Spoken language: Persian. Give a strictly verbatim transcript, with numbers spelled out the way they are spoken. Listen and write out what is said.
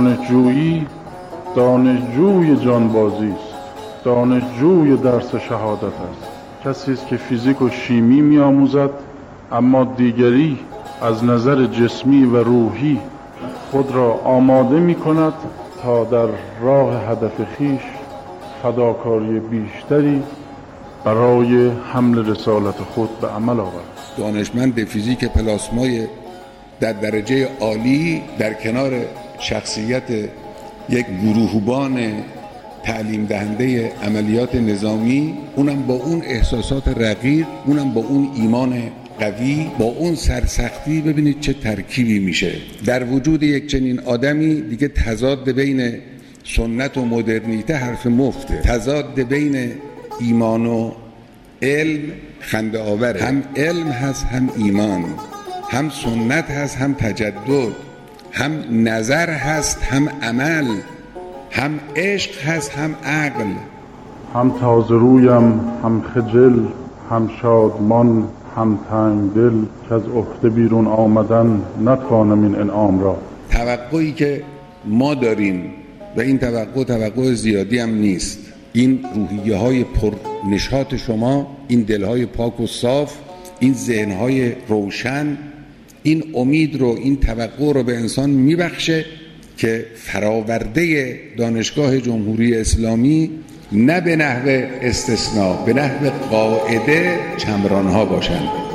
دانشجویی دانشجوی جانبازی است، دانشجوی درس شهادت است. کسی است که فیزیک و شیمی می آموزد اما دیگری از نظر جسمی و روحی خود را آماده می کند تا در راه هدف خیش فداکاری بیشتری برای حمل رسالت خود به عمل آورد. دانشمند فیزیک پلاسمای در درجه عالی در کنار شخصیت یک گروهبان تعلیم دهنده عملیات نظامی، اونم با اون احساسات رقیق، اونم با اون ایمان قوی، با اون سرسختی، ببینید چه ترکیبی میشه در وجود یک چنین آدمی. دیگه تضاد بین سنت و مدرنیته حرف مفته، تضاد بین ایمان و علم خنده آوره. هم علم هست، هم ایمان، هم سنت هست، هم تجدد، هم نظر هست، هم عمل، هم عشق هست، هم عقل. هم تازه رویم، هم خجل، هم شادمان، هم تنگ دل، که از عهده بیرون آمدن نتوانم این انعام را. توقعی که ما داریم و این توقع توقع زیادی هم نیست، این روحیه های پر نشاط شما، این دلهای پاک و صاف، این ذهنهای روشن، این امید رو، این توقع رو به انسان میبخشه که فراورده دانشگاه جمهوری اسلامی نه به نحو استثناء، به نحو قاعده چمرانها باشند.